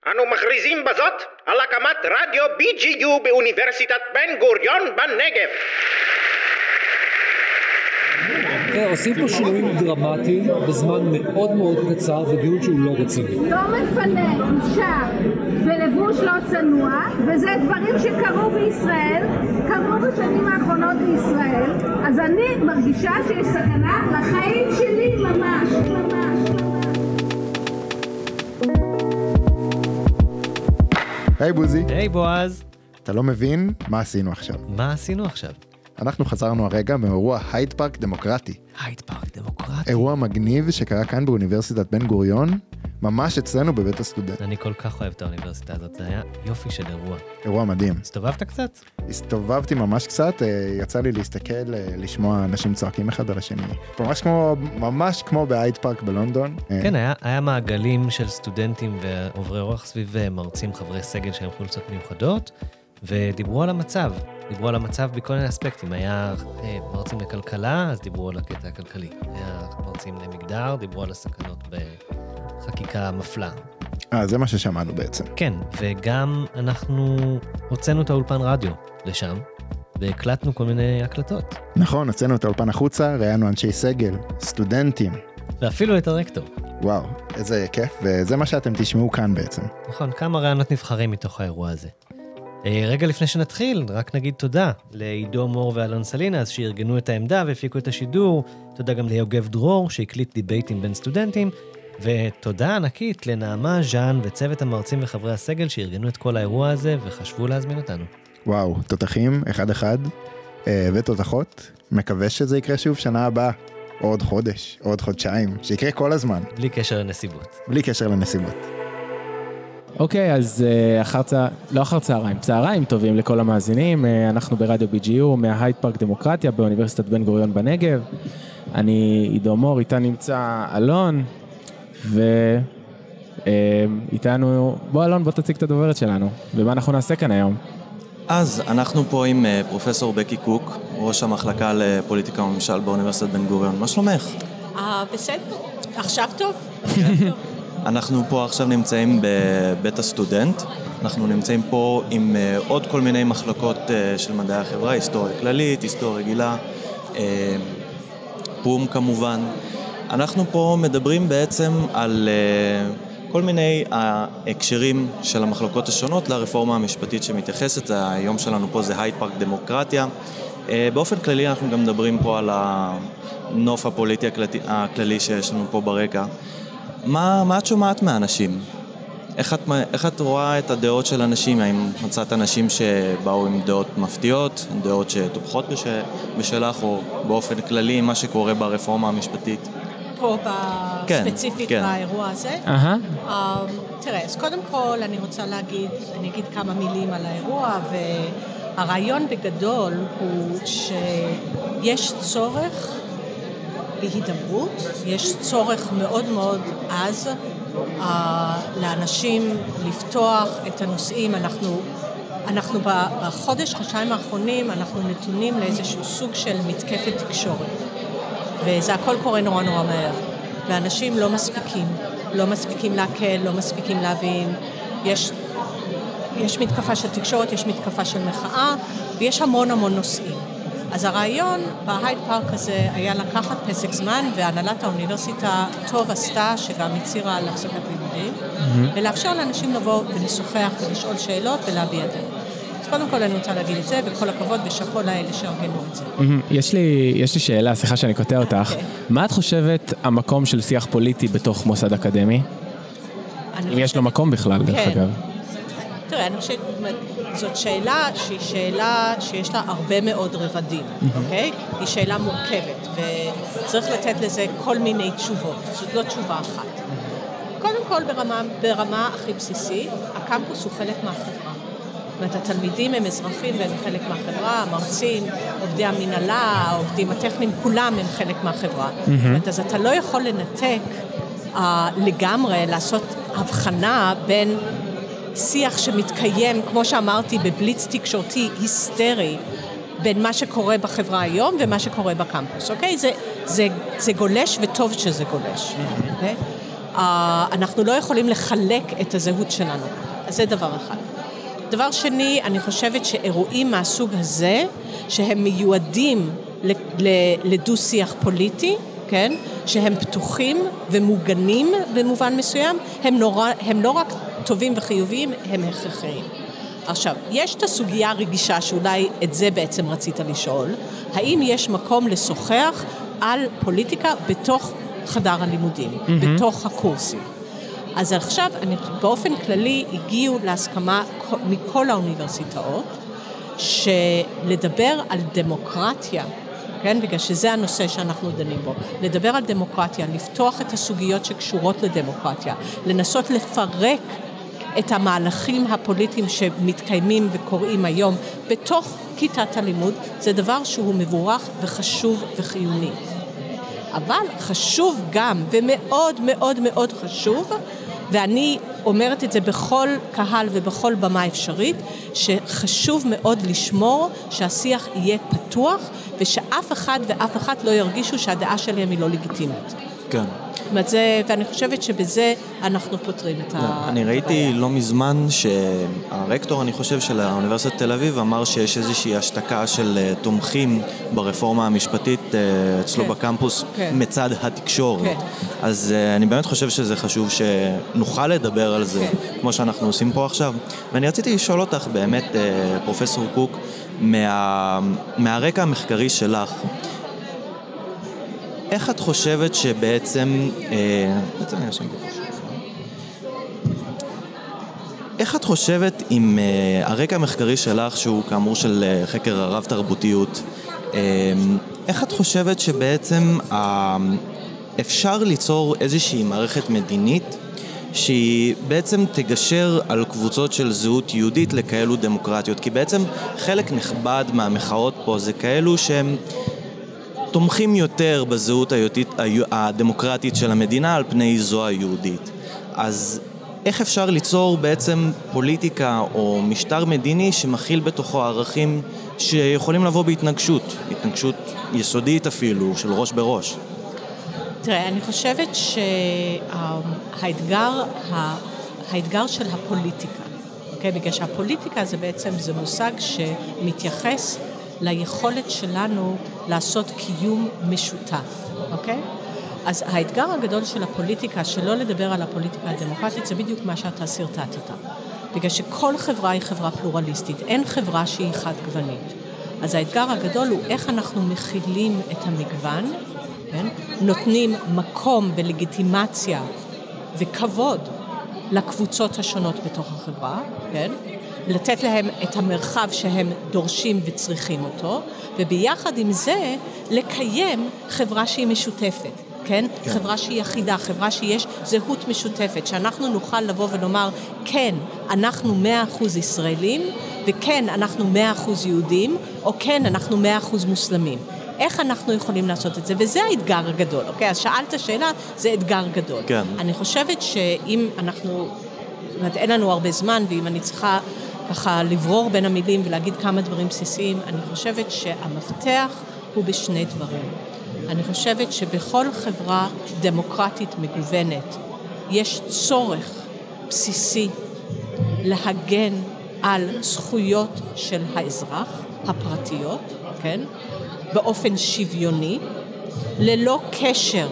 אנו מכריזים בזאת על הקמת רדיו BGU באוניברסיטת בן גוריון בנגב. עושים פה שינויים דרמטיים בזמן מאוד מאוד קצר ודיון שהוא לא רציני. לא מפנה אישה בלבוש לא צנוע, וזה דברים שקרו בישראל, קרו בשנים האחרונות בישראל, אז אני מרגישה שיש סכנה לחיים שלי ממש. היי בוזי. היי בועז. אתה לא מבין מה עשינו עכשיו. מה עשינו עכשיו? אנחנו חזרנו הרגע מאירוע הייד פארק דמוקרטי. הייד פארק דמוקרטי. אירוע מגניב שקרה כאן באוניברסיטת בן גוריון, ממש אצלנו בבית הסטודנט. אני כל כך אוהב את האוניברסיטה הזאת, זה היה יופי של אירוע. אירוע מדהים. הסתובבת קצת? הסתובבתי ממש קצת, יצא לי להסתכל, לשמוע אנשים צועקים אחד על השני. ממש כמו בהייד פארק בלונדון. כן, היה מעגלים של סטודנטים ועוברי אורח סביב מרצים חברי סגל שהם חולצות מיוחדות, ודיברו על המצב. דיברו על המצב בכל מיני אספקטים. היה מרצים לכלכלה, אז דיברו על הקטע הכלכלי. היה מרצים למגדר, דיברו על הסכנות בחקיקה מפלה. זה מה ששמענו בעצם. כן, וגם אנחנו הוצאנו את האולפן רדיו לשם, והקלטנו כל מיני הקלטות. נכון, הוצאנו את האולפן החוצה, ראיינו אנשי סגל, סטודנטים. ואפילו את הרקטור. וואו, איזה כיף, וזה מה שאתם תשמעו כאן בעצם. נכון, כמה רעיונות נבחרים מתוך האירוע הזה. רגע לפני שנתחיל, רק נגיד תודה לעידו מור ואלון סלינס שארגנו את העמדה והפיקו את השידור, תודה גם ליוגב דרור שהקליט דיבייטים בין סטודנטים, ותודה ענקית לנעמה, ז'אן וצוות המרצים וחברי הסגל שארגנו את כל האירוע הזה וחשבו להזמין אותנו. וואו, תותחים, אחד, ותותחות, מקווה שזה יקרה שוב שנה הבאה, עוד חודש, עוד חודשיים, שיקרה כל הזמן. בלי קשר לנסיבות. בלי קשר לנסיבות. אוקיי, אז לא אחר צהריים, צהריים טובים לכל המאזינים, אנחנו ברדיו BGU מההייד פארק דמוקרטיה באוניברסיטת בן גוריון בנגב, אני עידו מור, איתה נמצא אלון, ואיתנו, בוא אלון, בוא תציג את הדוברת שלנו, ומה אנחנו נעשה כאן היום? אז אנחנו פה עם פרופסור בקי קוק, ראש המחלקה לפוליטיקה וממשל באוניברסיטת בן גוריון, מה שלומך? בסדר, עכשיו טוב. אנחנו פה עכשיו נמצאים בבית הסטודנט, אנחנו נמצאים פה עם עוד כל מיני מחלקות של מדעי החברה, היסטוריה כללית, היסטוריה רגילה, פום כמובן. אנחנו פה מדברים בעצם על כל מיני ההקשרים של המחלקות השונות לרפורמה המשפטית שמתייחסת, היום שלנו פה זה הייד פארק דמוקרטיה. באופן כללי אנחנו גם מדברים פה על הנוף הפוליטי הכללי שיש לנו פה ברקע. מה את שומעת מהאנשים? איך את רואה את הדעות של אנשים? האם מצאת אנשים שבאו עם דעות מפתיעות, דעות שתומכות בשלך, או באופן כללי מה שקורה ברפורמה המשפטית? פה ספציפית באירוע הזה? תראה, אז קודם כל אני רוצה אגיד כמה מילים על האירוע, והרעיון בגדול הוא שיש צורך בהידברות, יש צורך מאוד מאוד עז לאנשים לפתוח את הנושאים. אנחנו בחודש-חודשיים האחרונים אנחנו נתונים לאיזשהו סוג של מתקפת תקשורת, וזה הכל קורה נורא נורא מהר, ואנשים לא מספיקים להקל, לא מספיקים להבין. יש מתקפה של תקשורת, יש מתקפה של מחאה, ויש המון נושאים. אז הרעיון בהייד פארק הזה היה לקחת פסק זמן, והנהלת האוניברסיטה טוב עשתה, שגם הצירה על הפסקת לימודים, ולאפשר לאנשים לבוא ולשוחח ולשאול שאלות ולהביע דעות. אז קודם כל אני רוצה להגיד את זה, וכל הכבוד ושאפו לאלה שארגנו את זה. יש לי שאלה, סליחה שאני קוטע אותך. מה את חושבת המקום של שיח פוליטי בתוך מוסד אקדמי? אם יש לו מקום בכלל, דרך אגב. תראה, אני חושבת, זאת שאלה שהיא שאלה שיש לה הרבה מאוד רבדים, אוקיי? היא שאלה מורכבת, וצריך לתת לזה כל מיני תשובות. זאת לא תשובה אחת. קודם כל, ברמה הכי בסיסית, הקמפוס הוא חלק מהחברה. זאת אומרת, התלמידים הם אזרחים והם חלק מהחברה, המרצים, עובדי המנהלה, העובדים הטכניים, כולם הם חלק מהחברה. זאת אומרת, אז אתה לא יכול לנתק לגמרי, לעשות הבחנה בין שיח שמתקיים, כמו שאמרתי, בבליץ תקשורתי היסטרי, בין מה שקורה בחברה היום ומה שקורה בקמפוס, אוקיי? זה גולש וטוב שזה גולש, אוקיי? אנחנו לא יכולים לחלק את הזהות שלנו. אז זה דבר אחד. דבר שני, אני חושבת שאירועים מהסוג הזה, שהם מיועדים לדו-שיח פוליטי, כן? שהם פתוחים ומוגנים במובן מסוים, הם לא רק טובים וחיוביים, הם הכרחיים. עכשיו, יש את הסוגיה הרגישה שאולי את זה בעצם רצית לשאול, האם יש מקום לשוחח על פוליטיקה בתוך חדר הלימודים, בתוך הקורסים. אז עכשיו, באופן כללי, הגיעו להסכמה מכל האוניברסיטאות, שלדבר על דמוקרטיה, כן? בגלל שזה הנושא שאנחנו דנים בו. לדבר על דמוקרטיה, לפתוח את הסוגיות שקשורות לדמוקרטיה, לנסות לפרק את המהלכים הפוליטיים שמתקיימים וקוראים היום בתוך כיתת הלימוד, זה דבר שהוא מבורך וחשוב וחיוני. אבל חשוב גם, ומאוד מאוד מאוד חשוב, ואני אומרת את זה בכל קהל ובכל במה אפשרית, שחשוב מאוד לשמור שהשיח יהיה פתוח, ושאף אחד ואף אחת לא ירגישו שהדעה שלהם היא לא לגיטימית. כן. ואני חושבת שבזה אנחנו פותרים את אני ראיתי לא מזמן שהרקטור, אני חושב, של האוניברסיטת תל אביב, אמר שיש איזושהי השתקה של תומכים ברפורמה המשפטית אצלו בקמפוס מצד התקשורת. אז אני באמת חושב שזה חשוב שנוכל לדבר על זה, כמו שאנחנו עושים פה עכשיו. ואני רציתי לשאול אותך באמת, פרופסור קוק, מהרקע המחקרי שלך, איך את חושבת שבעצם, איך את חושבת עם הרקע המחקרי שלך, שהוא כאמור של חקר הרב תרבותיות, איך את חושבת שבעצם אפשר ליצור איזושהי מערכת מדינית, שהיא בעצם תגשר על קבוצות של זהות יהודית לכאלו דמוקרטיות? כי בעצם חלק נכבד מהמחאות פה זה כאלו שהם תומכים יותר בזהות הדמוקרטית של המדינה על פני זו היהודית. אז איך אפשר ליצור בעצם פוליטיקה או משטר מדיני שמכיל בתוכו ערכים שיכולים לבוא בהתנגשות, התנגשות יסודית אפילו, של ראש בראש? תראה, אני חושבת שהאתגר של הפוליטיקה, אוקיי? בגלל שהפוליטיקה זה בעצם, זה מושג שמתייחס ליכולת שלנו לעשות קיום משותף, אוקיי? אז האתגר הגדול של הפוליטיקה, שלא לדבר על הפוליטיקה הדמוקרטית, זה בדיוק מה שאתה סרטטת. בגלל שכל חברה היא חברה פלורליסטית, אין חברה שהיא חד-גוונית. אז האתגר הגדול הוא איך אנחנו מכילים את המגוון, כן? נותנים מקום ולגיטימציה וכבוד לקבוצות השונות בתוך החברה, כן? לתת להם את המרחב שהם דורשים וצריכים אותו, וביחד עם זה לקיים חברה שהיא משותפת, כן? חברה שהיא יחידה, חברה שיש זהות משותפת, שאנחנו נוכל לבוא ולומר, כן, אנחנו 100% ישראלים, וכן, אנחנו 100% יהודים, או כן, אנחנו 100% מוסלמים. איך אנחנו יכולים לעשות את זה? וזה האתגר הגדול, אוקיי? אז שאלת שאלה, זה אתגר גדול. כן. אני חושבת שאם אנחנו, אין לנו הרבה זמן, ואם אני צריכה ככה לברור בין המילים ולהגיד כמה דברים בסיסיים, אני חושבת שהמפתח הוא בשני דברים. אני חושבת שבכל חברה דמוקרטית מגוונת יש צורך בסיסי להגן על זכויות של האזרח, הפרטיות, כן? באופן שוויוני, ללא קשר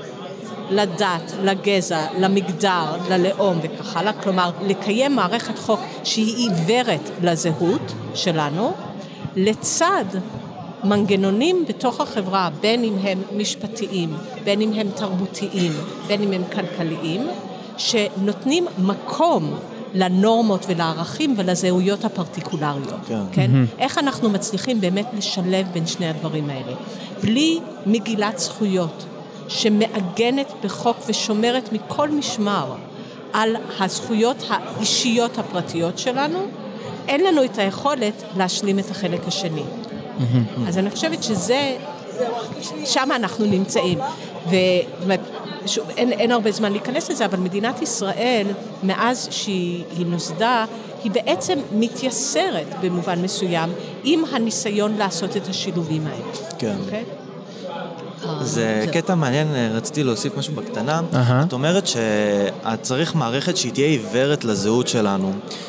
לדת, לגזע, למגדר, ללאום וכך הלאה, כלומר, לקיים מערכת חוק שהיא עיוורת לזהות שלנו, לצד מנגנונים בתוך החברה, בין אם הם משפטיים, בין אם הם תרבותיים, בין אם הם כלכליים, שנותנים מקום לנורמות ולערכים ולזהויות הפרטיקולריות. כן? איך אנחנו מצליחים באמת לשלב בין שני הדברים האלה? בלי מגילת זכויות שמעגנת בחוק ושומרת מכל משמר על הזכויות האישיות הפרטיות שלנו, אין לנו את היכולת להשלים את החלק השני. אז אני חושבת שזה, שם אנחנו נמצאים. אין הרבה זמן להיכנס לזה, אבל מדינת ישראל, מאז שהיא נוסדה, היא בעצם מתייסרת במובן מסוים עם הניסיון לעשות את השילובים האלה. כן. Okay? זה קטע מעניין, רציתי להוסיף משהו בקטנה. את אומרת שאת צריך מערכת שהיא תהיה עיוורת לזהות שלנו.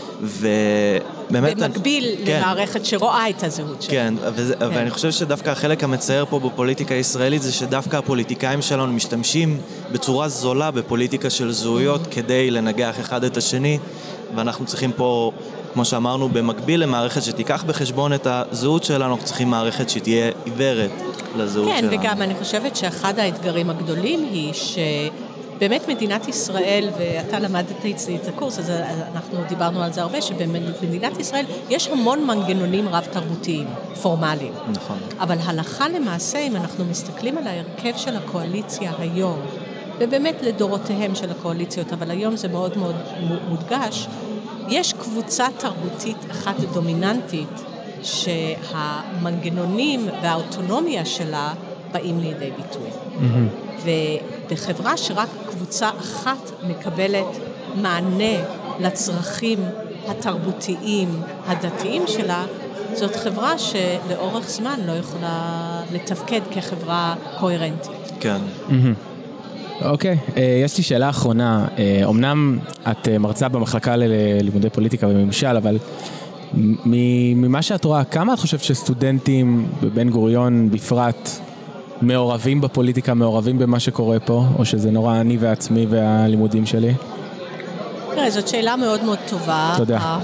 במקביל למערכת שרואה את הזהות שלנו. כן, ואני חושב שדווקא החלק המצער פה בפוליטיקה הישראלית זה שדווקא הפוליטיקאים שלנו משתמשים בצורה זולה בפוליטיקה של זהויות כדי לנגח אחד את השני, ואנחנו צריכים פה, כמו שאמרנו, במקביל למערכת שתיקח בחשבון את הזהות שלנו, אנחנו צריכים מערכת שתהיה עיוורת לזהות שלנו. כן, וגם אני חושבת שאחד האתגרים הגדולים היא באמת מדינת ישראל, ואתה למדת אצלי את הקורס, אז אנחנו דיברנו על זה הרבה, שבמדינת ישראל יש המון מנגנונים רב-תרבותיים, פורמליים. נכון. אבל הלכה למעשה, אם אנחנו מסתכלים על ההרכב של הקואליציה היום, ובאמת לדורותיהם של הקואליציות, אבל היום זה מאוד מאוד מודגש, יש קבוצה תרבותית אחת דומיננטית, שהמנגנונים והאוטונומיה שלה באים לידי ביטוי. ובחברה שרק קבוצה אחת מקבלת מענה לצרכים התרבותיים, הדתיים שלה, זאת חברה שלאורך זמן לא יכולה לתפקד כחברה קוהרנטית. כן. אוקיי, יש לי שאלה אחרונה. אמנם את מרצה במחלקה ללימודי פוליטיקה וממשל, אבל ממה שאת רואה, כמה את חושבת שסטודנטים בבן גוריון בפרט מעורבים בפוליטיקה, מעורבים במה שקורה פה, או שזה נורא אני ועצמי והלימודים שלי? תראה, זאת שאלה מאוד מאוד טובה. תודה.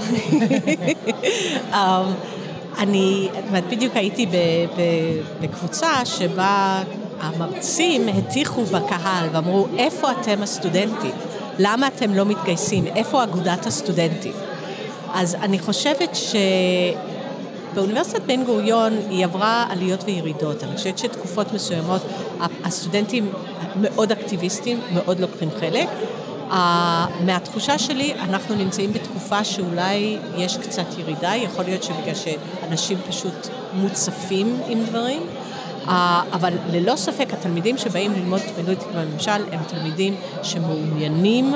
אני בדיוק הייתי בקבוצה שבה המרצים הטיחו בקהל ואמרו, איפה אתם הסטודנטים? למה אתם לא מתגייסים? איפה אגודת הסטודנטים? אז אני חושבת שבאוניברסיטת בן גוריון היא עברה עליות וירידות. אני חושבת שתקופות מסוימות הסטודנטים מאוד אקטיביסטים, מאוד לוקחים חלק. מהתחושה שלי, אנחנו נמצאים בתקופה שאולי יש קצת ירידה, יכול להיות שבגלל שאנשים פשוט מוצפים עם דברים, אבל ללא ספק התלמידים שבאים ללמוד פוליטיקה בממשל הם תלמידים שמעוניינים,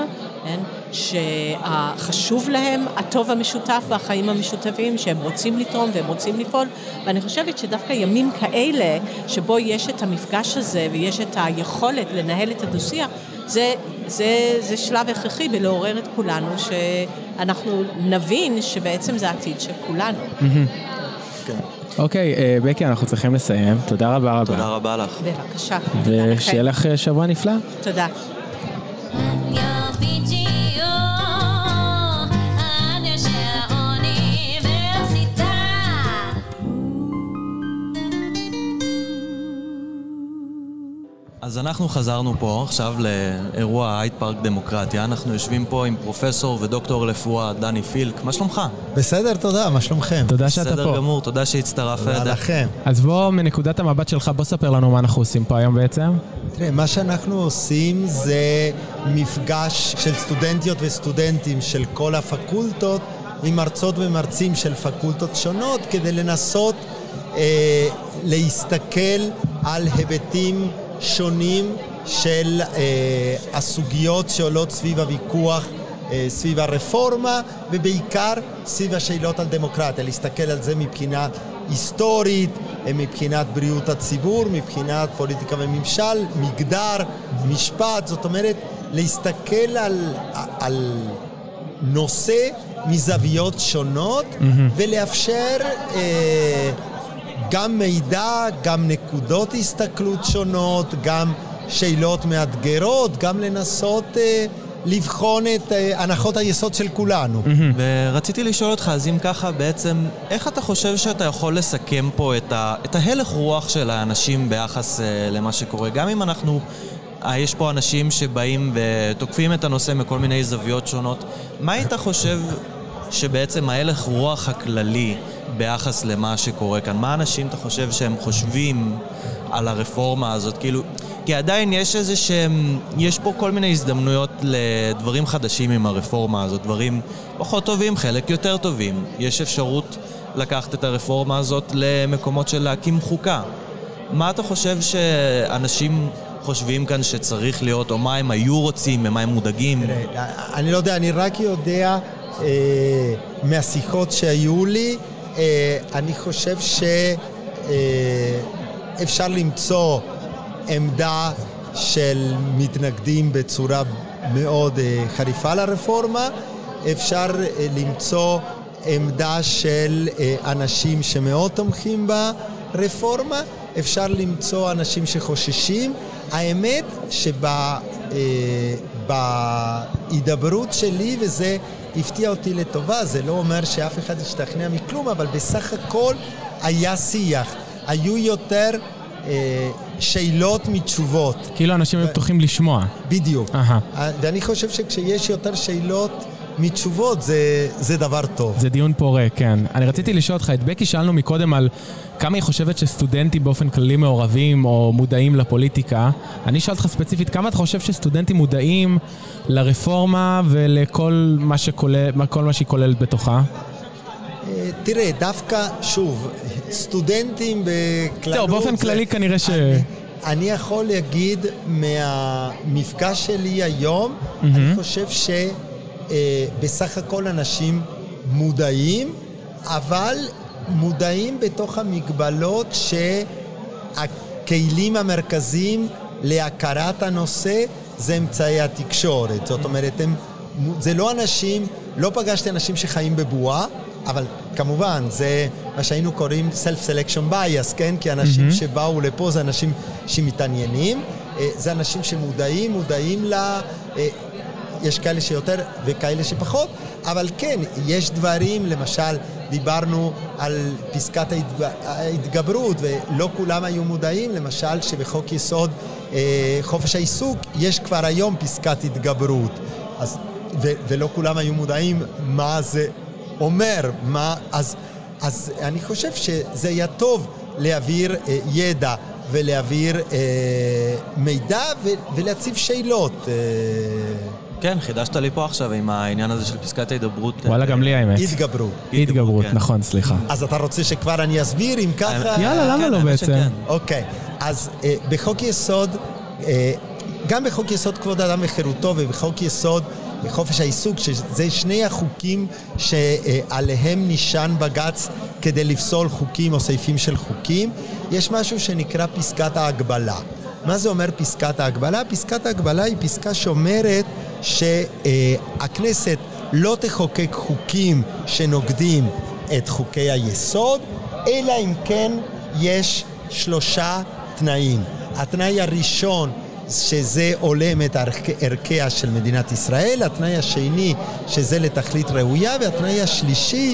שחשוב להם הטוב המשותף והחיים המשותפים, שהם רוצים לתרום והם רוצים לפעול, ואני חושבת שדווקא ימים כאלה שבו יש את המפגש הזה ויש את היכולת לנהל את הדו-שיח, זה שלב הכרחי בלעורר את כולנו, שאנחנו נבין שבעצם זה העתיד של כולנו. אוקיי, בקי, אנחנו צריכים לסיים. תודה רבה רבה. תודה רבה לך. בבקשה. ושיהיה לך שבוע נפלא. תודה. אז אנחנו חזרנו פה עכשיו לאירוע הייד פארק דמוקרטיה. אנחנו יושבים פה עם פרופסור ודוקטור לרפואה דני פילק. מה שלומך? בסדר, תודה, מה שלומכם? תודה שאתה פה. בסדר גמור, תודה שהצטרפת. תודה לכם. אז בוא, מנקודת המבט שלך, בוא ספר לנו מה אנחנו עושים פה היום בעצם. תראה, מה שאנחנו עושים זה מפגש של סטודנטיות וסטודנטים של כל הפקולטות עם מרצות ומרצים של פקולטות שונות כדי לנסות להסתכל על היבטים שונים של הסוגיות שעולות סביב הוויכוח, סביב הרפורמה, ובעיקר סביב השאלות על דמוקרטיה, להסתכל על זה מבחינה היסטורית, מבחינת בריאות הציבור, מבחינת פוליטיקה וממשל, מגדר, משפט, זאת אומרת, להסתכל על נושא מזוויות שונות, ולאפשר גם מידע, גם נקודות הסתכלות שונות, גם שאלות מאתגרות, גם לנסות לבחון את הנחות היסוד של כולנו. ורציתי לשאול אותך, אז אם ככה בעצם, איך אתה חושב שאתה יכול לסכם פה את ההלך רוח של האנשים ביחס למה שקורה? גם אם יש פה אנשים שבאים ותוקפים את הנושא מכל מיני זוויות שונות, מה היית חושב שבעצם ההלך רוח הכללי ביחס למה שקורה כאן? מה אנשים אתה חושב שהם חושבים על הרפורמה הזאת? כאילו, כי עדיין יש פה כל מיני הזדמנויות לדברים חדשים עם הרפורמה הזאת, דברים פחות טובים, חלק יותר טובים. יש אפשרות לקחת את הרפורמה הזאת למקומות של להקים חוקה. מה אתה חושב שאנשים חושבים כאן שצריך להיות, או מה הם היו רוצים, ממה הם מודאגים? אני לא יודע, אני רק יודע מהשיחות שהיו לי, אני חושב שאפשר למצוא עמדה של מתנגדים בצורה מאוד חריפה לרפורמה, אפשר למצוא עמדה של אנשים שמאוד תומכים ברפורמה, אפשר למצוא אנשים שחוששים. האמת שבהידברות שלי, וזה הפתיע אותי לטובה, זה לא אומר שאף אחד ישתכנע מכלום, אבל בסך הכל היה שיח. היו יותר שאלות מתשובות. כאילו אנשים היו פתוחים לשמוע. בדיוק. ואני חושב שכשיש יותר שאלות מתשובות, זה דבר טוב. זה דיון פורה, כן. אני רציתי לשאול אותך, את בקי שאלנו מקודם על כמה היא חושבת שסטודנטים באופן כללי מעורבים או מודעים לפוליטיקה. אני שאלת לך ספציפית, כמה אתה חושב שסטודנטים מודעים לרפורמה ולכל מה שהיא כוללת בתוכה? תראה, דווקא, שוב, סטודנטים בכללות... זהו, באופן כללי כנראה ש... אני יכול להגיד מהמפגש שלי היום, אני חושב שבסך הכל אנשים מודעים, אבל מודעים בתוך המגבלות שהכלים המרכזיים להכרת הנושא זה אמצעי התקשורת. זאת אומרת, זה לא אנשים, לא פגשתי אנשים שחיים בבועה, אבל כמובן, זה מה שהיינו קוראים self-selection bias, כן? כי אנשים שבאו לפה זה אנשים שמתעניינים, זה אנשים שמודעים יש כאלה שיותר וכאלה שפחות, אבל כן, יש דברים, למשל, דיברנו על פסקת ההתגברות, ולא כולם היו מודעים, למשל, שבחוק יסוד חופש העיסוק, יש כבר היום פסקת התגברות, ולא כולם היו מודעים מה זה אומר, אז אני חושב שזה היה טוב להעביר ידע ולהעביר מידע ולהציב שאלות. כן, חידשת לי פה עכשיו עם העניין הזה של פסקת ההתגברות. וואלה, גם לי האמת. התגברות, נכון, סליחה. אז אתה רוצה שכבר אני אסביר אם ככה? יאללה, למה לא בעצם? אוקיי, אז בחוק יסוד, גם בחוק יסוד כבוד האדם וחירותו ובחוק יסוד חופש העיסוק, שזה שני החוקים שעליהם נשען בג"ץ כדי לפסול חוקים או סעיפים של חוקים, יש משהו שנקרא פסקת ההגבלה. מה זה אומר פסקת ההגבלה? פסקת ההגבלה היא פסקה שאומרת שהכנסת לא תחוקק חוקים שנוגדים את חוקי היסוד, אלא אם כן יש 3 תנאים. התנאי הראשון, שזה עולם את ערכיה של מדינת ישראל, התנאי השני שזה לתכלית ראויה, והתנאי השלישי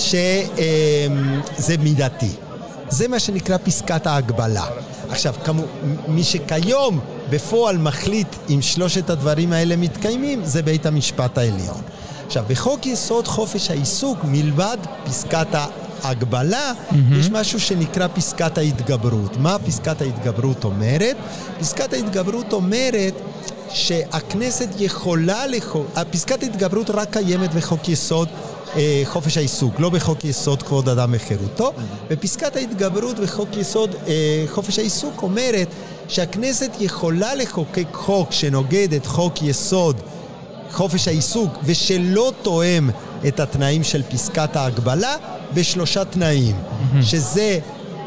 שזה מידתי. זה מה שנקרא פסקת ההגבלה. עכשיו, מי שכיום בפועל מחליט אם 3 הדברים האלה מתקיימים, זה בית המשפט העליון. עכשיו, בחוק יסוד חופש העיסוק, מלבד פסקת ההגבלה, יש משהו שנקרא פסקת ההתגברות. מה פסקת ההתגברות אומרת? פסקת ההתגברות אומרת שהכנסת יכולה פסקת ההתגברות רק קיימת בחוק יסוד חופש העיסוק, לא בחוק יסוד כבוד אדם וחירותו, ופסקת ההתגברות בחוק יסוד חופש העיסוק אומרת שהכנסת יכולה לחוקק חוק שנוגד את חוק יסוד חופש העיסוק ושלא תואם את התנאים של פסקת ההגבלה ב3 תנאים, שזה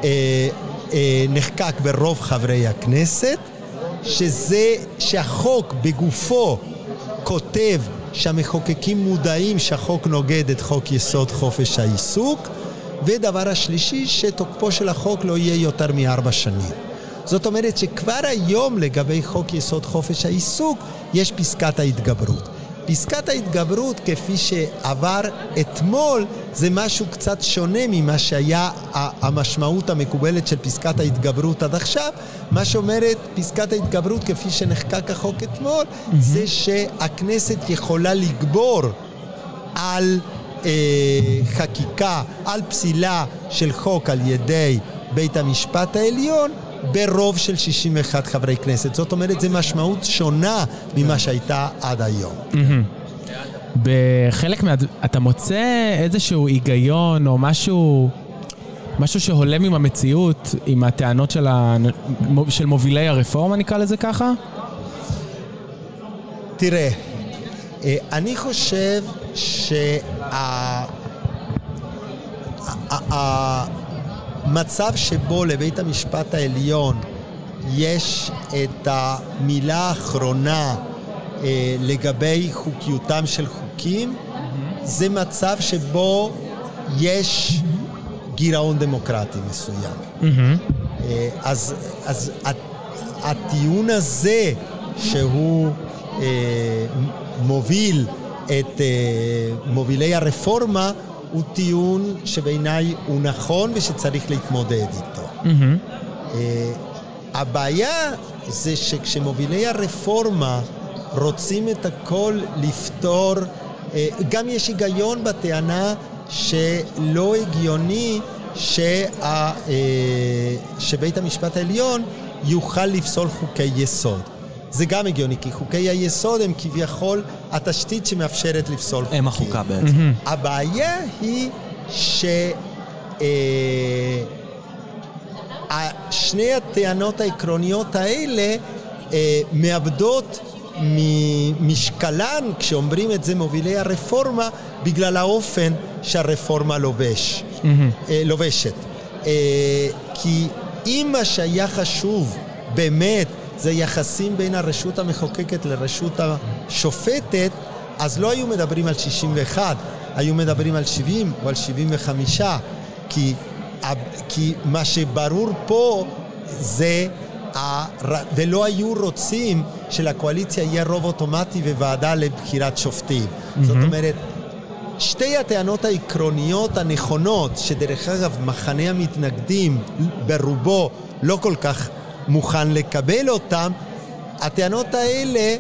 נחקק ברוב חברי הכנסת, שזה שהחוק בגופו כותב שהמחוקקים מודעים שהחוק נוגד את חוק יסוד חופש העיסוק, ודבר השלישי שתוקפו של החוק לא יהיה יותר מ4 שנים. זאת אומרת שכבר היום לגבי חוק יסוד חופש העיסוק יש פסקת ההתגברות. פסקת ההתגברות כפי שעבר אתמול זה משהו קצת שונה ממה שהיה המשמעות המקובלת של פסקת ההתגברות עד עכשיו. מה שאומרת פסקת ההתגברות כפי שנחקק החוק אתמול זה שהכנסת יכולה לגבור על חקיקה, על פסילה של חוק על ידי בית המשפט העליון ברוב של 61 חברי כנסת. זאת אומרת, זה משמעות שונה ממה שהייתה עד היום. בחלק אתה מוצא איזשהו היגיון או משהו שהולם עם המציאות, עם הטענות של מובילי הרפורמה, נקרא לזה ככה? תראה, אני חושב המצב שבו לבית המשפט העליון יש את המילה האחרונה לגבי חוקיותם של חוקים, זה מצב שבו יש גירעון דמוקרטי מסוים. אז הטיעון הזה שהוא מוביל את מובילי הרפורמה, הוא טיעון שבעיניי הוא נכון ושצריך להתמודד איתו. הבעיה זה שכשמובילי הרפורמה רוצים את הכל לפתור, גם יש היגיון בטענה שלא הגיוני שבית המשפט העליון יוכל לפסול חוקי יסוד. זה גם הגיוני, כי חוקי היסוד הם כביכול התשתית שמאפשרת לפסול חוקים. הם החוקה בעצם. הבעיה היא שני הטענות העקרוניות האלה מאבדות ממשקלן, כשאומרים את זה מובילי הרפורמה, בגלל האופן שהרפורמה לובשת. כי אם מה שהיה חשוב באמת זה יחסים בין הרשות המחוקקת לרשות השופטת, אז לא היו מדברים על 61, היו מדברים על 70 או על 75, כי מה שברור פה זה, ולא היו רוצים שלקואליציה יהיה רוב אוטומטי וועדה לבחירת שופטים. זאת אומרת, שתי הטענות העקרוניות הנכונות, שדרך אגב מחנה המתנגדים ברובו לא כל כך מוכן לקבל אותם, הטענות האלה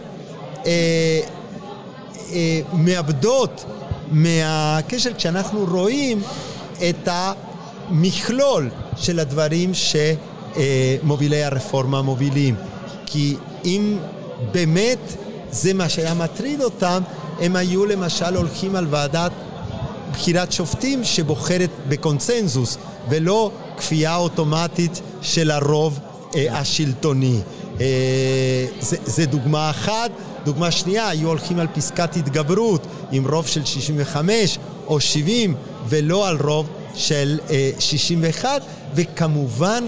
מאבדות מהקשר כשאנחנו רואים את המכלול של הדברים שמובילי הרפורמה מובילים. כי אם באמת זה מה שהיה מטריד אותם, הם היו למשל הולכים על ועדת בחירת שופטים שבוחרת בקונסנזוס, ולא כפייה אוטומטית של הרוב השלטוני. זה דוגמה אחת. דוגמה שנייה, היו הולכים על פסקת התגברות עם רוב של 65 או 70 ולא על רוב של 61, וכמובן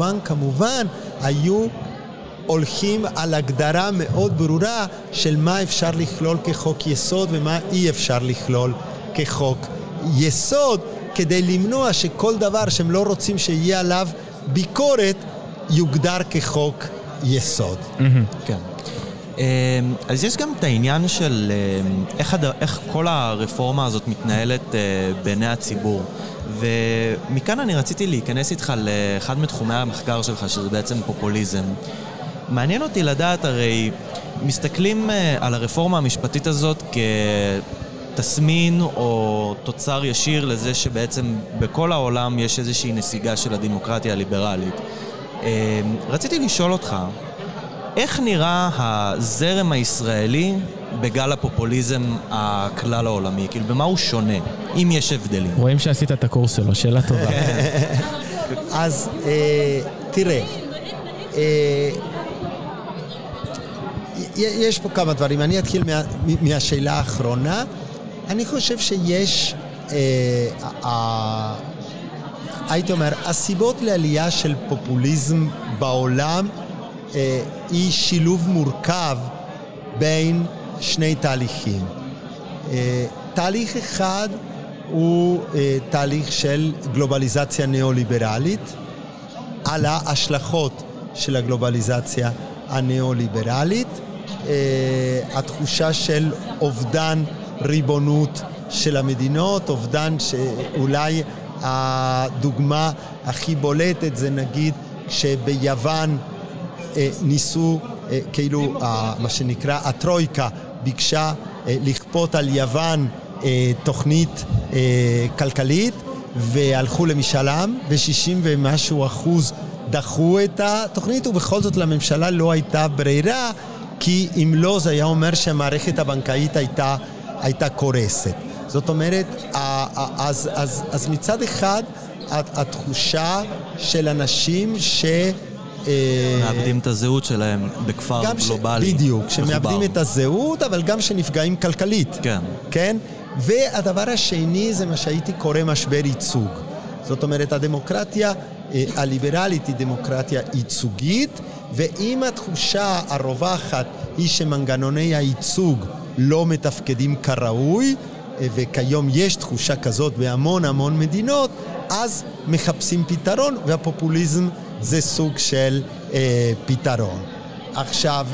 היו הולכים על הגדרה מאוד ברורה של מה אפשר לכלול כחוק יסוד ומה אי אפשר לכלול כחוק יסוד, כדי למנוע שכל דבר שהם לא רוצים שיהיה עליו ביקורת יוגדר כחוק יסוד. כן. אז יש גם את העניין של איך כל הרפורמה הזאת מתנהלת בעיני הציבור. ומכאן אני רציתי להיכנס איתך לאחד מתחומי המחקר שלך, שזה בעצם פופוליזם. מעניין אותי לדעת, הרי מסתכלים על הרפורמה המשפטית הזאת כתסמין או תוצר ישיר לזה שבעצם בכל העולם יש איזושהי נסיגה של הדמוקרטיה הליברלית. רציתי לשאול אותך, איך נראה הזרם הישראלי בגל הפופוליזם הכלל העולמי? כאילו, במה הוא שונה, אם יש הבדלים? רואים שעשית את הקורס שלו, שאלה טובה. אז תראה, יש פה כמה דברים. אני אתחיל מהשאלה האחרונה. אני חושב שיש, הייתי אומר, הסיבות לעלייה של פופוליזם בעולם היא שילוב מורכב בין שני תהליכים. תהליך אחד הוא תהליך של גלובליזציה ניאו-ליברלית, על ההשלכות של הגלובליזציה הניאו-ליברלית, התחושה של אובדן ריבונות של המדינות, אובדן שאולי הדוגמה הכי בולטת זה נגיד שביוון ניסו, כאילו מה שנקרא הטרויקה ביקשה לכפות על יוון תוכנית כלכלית, והלכו למשאל עם, ו60 ומשהו אחוז דחו את התוכנית, ובכל זאת לממשלה לא הייתה ברירה, כי אם לא זה היה אומר שהמערכת הבנקאית הייתה קורסת. זאת אומרת, אז מצד אחד התחושה של אנשים מאבדים את הזהות שלהם בכפר גלובלי. בדיוק, שמאבדים את הזהות, אבל גם שנפגעים כלכלית. כן. כן? והדבר השני זה מה שהייתי קורא משבר ייצוג. זאת אומרת, הדמוקרטיה הליברלית היא דמוקרטיה ייצוגית, ואם התחושה הרווחת היא שמנגנוני הייצוג לא מתפקדים כראוי, וכיום יש תחושה כזאת בהמון מדינות, אז מחפשים פתרון, והפופוליזם זה סוג של פתרון. עכשיו,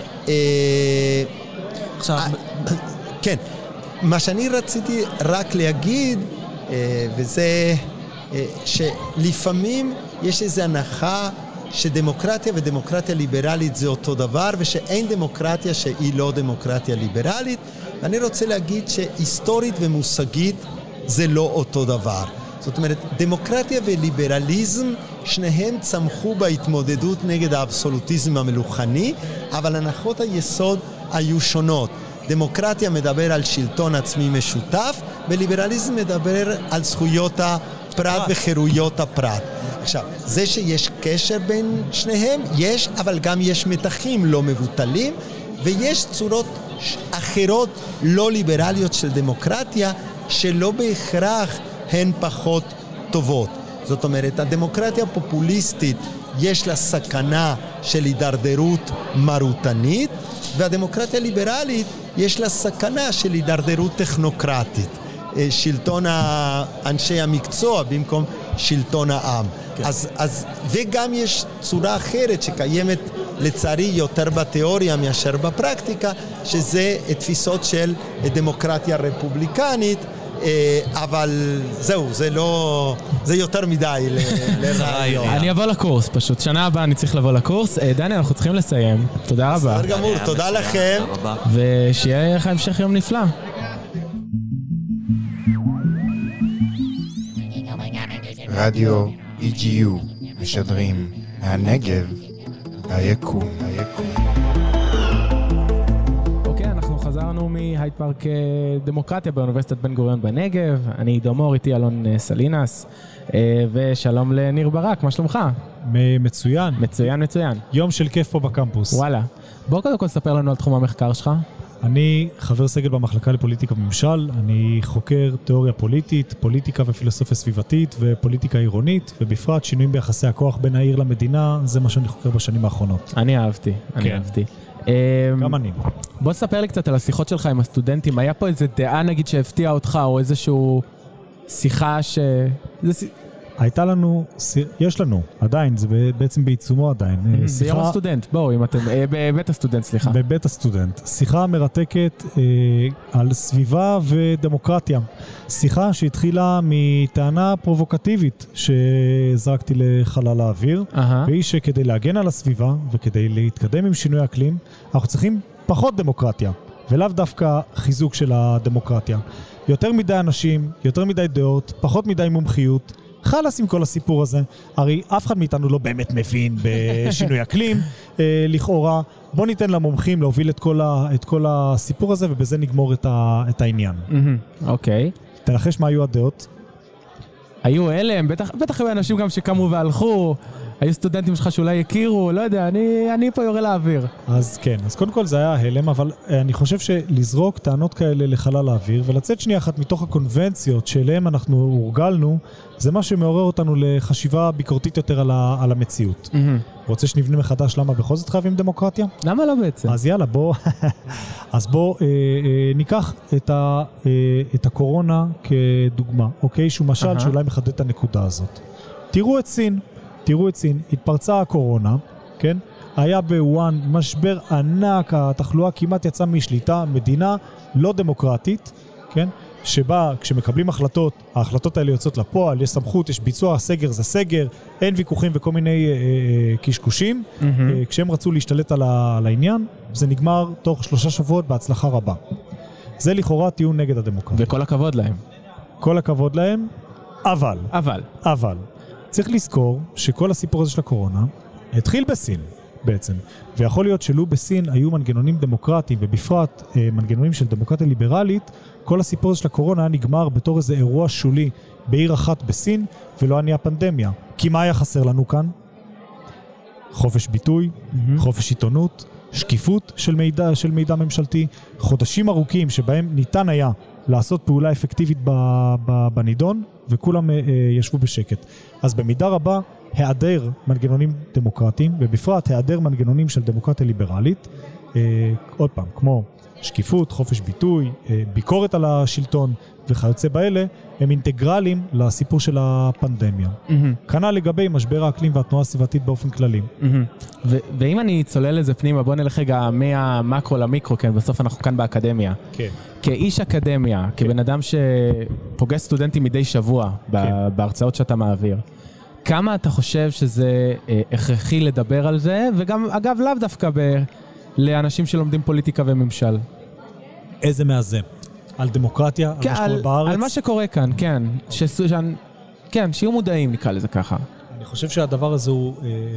כן, מה שאני רציתי רק להגיד, וזה שלפעמים יש איזו הנחה שדמוקרטיה ודמוקרטיה ליברלית זה אותו דבר, ושאין דמוקרטיה שהיא לא דמוקרטיה ליברלית. אני רוצה להגיד שהיסטורית ומושגית זה לא אותו דבר. זאת אומרת, דמוקרטיה וליברליזם שניהם צמחו בהתמודדות נגד האבסולוטיזם המלוכני, אבל הנחות היסוד היו שונות. דמוקרטיה מדבר על שלטון עצמי משותף, וליברליזם מדבר על זכויות הפרט וחירויות הפרט. עכשיו, זה שיש קשר בין שניהם, יש, אבל גם יש מתחים לא מבוטלים, ויש צורות אחרות לא ליברליות של דמוקרטיה, שלא בהכרח הן פחות טובות. זאת אומרת, הדמוקרטיה הפופוליסטית יש לה סכנה של הידרדרות מרוטנית, והדמוקרטיה הליברלית יש לה סכנה של הידרדרות טכנוקרטית. שלטון אנשי המקצוע במקום שלטון העם. כן. אז וגם יש צורה אחרת שקיימת לצערי יותר בתיאוריה מאשר בפרקטיקה, שזה תפיסות של דמוקרטיה רפובליקנית, אבל זהו, זה יותר מדי לרעיון. אני אבוא לקורס פשוט, שנה הבאה אני צריך לבוא לקורס. דני, אנחנו צריכים לסיים. תודה רבה. בסדר גמור, תודה לכם. ושיהיה לך המשך יום נפלא. רדיו BGU משדרים מהנגב ליקום. אוקיי, אנחנו חזרנו מהייד פארק דמוקרטיה באוניברסיטת בן גוריון בנגב. אני עידו מור, איתי אלון סלינס, ושלום לניר ברק, מה שלומך? מצוין. מצוין. יום של כיף פה בקמפוס. וואלה. בוא קודם כל ספר לנו על תחום המחקר שלך. אני חבר סגל במחלקה לפוליטיקה וממשל, אני חוקר תיאוריה פוליטית, פוליטיקה ופילוסופיה סביבתית ופוליטיקה עירונית, ובפרט שינויים ביחסי הכוח בין העיר למדינה, זה מה שאני חוקר בשנים האחרונות. אני אהבתי. גם אני. בוא ספר לי קצת על השיחות שלך עם הסטודנטים, היה פה איזה דעה נגיד שהפתיעה אותך, או איזשהו שיחה הייתה לנו, יש לנו, עדיין, זה בעצם בעיצומו עדיין. ביום הסטודנט, בואו, אם אתם, בבית הסטודנט, סליחה. בבית הסטודנט. שיחה מרתקת על סביבה ודמוקרטיה. שיחה שהתחילה מטענה פרובוקטיבית שזרקתי לחלל האוויר, והיא שכדי להגן על הסביבה וכדי להתקדם עם שינוי אקלים, אנחנו צריכים פחות דמוקרטיה, ולאו דווקא חיזוק של הדמוקרטיה. יותר מדי אנשים, יותר מדי דעות, פחות מדי מומחיות, חלס עם כל הסיפור הזה. הרי אף אחד מאיתנו לא באמת מבין בשינוי אקלים, לכאורה. בוא ניתן למומחים להוביל את כל הסיפור הזה, ובזה נגמור את העניין. אוקיי. תנחש מה היו הדעות? היו אלה, בטח היו אנשים גם שקמו והלכו, היו סטודנטים שלך שאולי הכירו, לא יודע, אני פה יורה לאוויר. אז כן, אז קודם כל זה היה הלם, אבל אני חושב שלזרוק טענות כאלה לחלל האוויר, ולצאת שנייה אחת מתוך הקונבנציות שאליהם אנחנו הורגלנו, זה מה שמעורר אותנו לחשיבה ביקורתית יותר על המציאות. רוצה שנבנה מחדש למה בכל זאת חייבים דמוקרטיה? למה לא בעצם? אז יאללה, בוא ניקח את הקורונה כדוגמה, אוקיי? שהוא משל שאולי מחדד את הנקודה הזאת. תראו את סין, התפרצה הקורונה, כן? היה בוואן משבר ענק, התחלואה כמעט יצאה משליטה, מדינה לא דמוקרטית, כן? שבה כשמקבלים החלטות, ההחלטות האלה יוצאות לפועל, יש סמכות, יש ביצוע, סגר זה סגר, אין ויכוחים וכל מיני קשקושים. כשהם רצו להשתלט על העניין, זה נגמר תוך 3 שבועות בהצלחה רבה. זה לכאורה טיעון נגד הדמוקרטיה. וכל הכבוד להם. כל הכבוד להם, אבל. צריך לזכור שכל הסיפור הזה של הקורונה התחיל בסין בעצם, ויכול להיות שלו בסין היו מנגנונים דמוקרטיים, ובפרט מנגנונים של דמוקרטיה ליברלית, כל הסיפור הזה של הקורונה היה נגמר בתור איזה אירוע שולי בעיר אחת בסין, ולא היה פנדמיה. כי מה היה חסר לנו כאן? חופש ביטוי, חופש עיתונות, שקיפות של מידע ממשלתי, חודשים ארוכים שבהם ניתן היה לעשות פעולה אפקטיבית בנידון, וכולם ישבו בשקט. אז במידה רבה, היעדר מנגנונים דמוקרטיים, ובפרט היעדר מנגנונים של דמוקרטיה ליברלית, עוד פעם, כמו שקיפות, חופש ביטוי, ביקורת על השלטון וכיוצא באלה, הם אינטגרליים לסיפור של הפנדמיה. כנ"ל לגבי משבר האקלים והתנועה הסביבתית באופן כללי. ואם אני צולל לזה פנימה, בוא נלך רגע מהמקרו למיקרו, כן, בסוף אנחנו כאן באקדמיה. כן. כאיש אקדמיה, כבן אדם שפוגש סטודנטים מדי שבוע בהרצאות שאתה מעביר, כמה אתה חושב שזה הכרחי לדבר על זה, וגם אגב לאו דווקא לאנשים שלומדים פוליטיקה וממשל? איזה מהזה? על דמוקרטיה, על מה שקורה בארץ? על מה שקורה כאן, כן. כן, שיהיו מודעים, נקרא לזה ככה. אני חושב שהדבר הזה הוא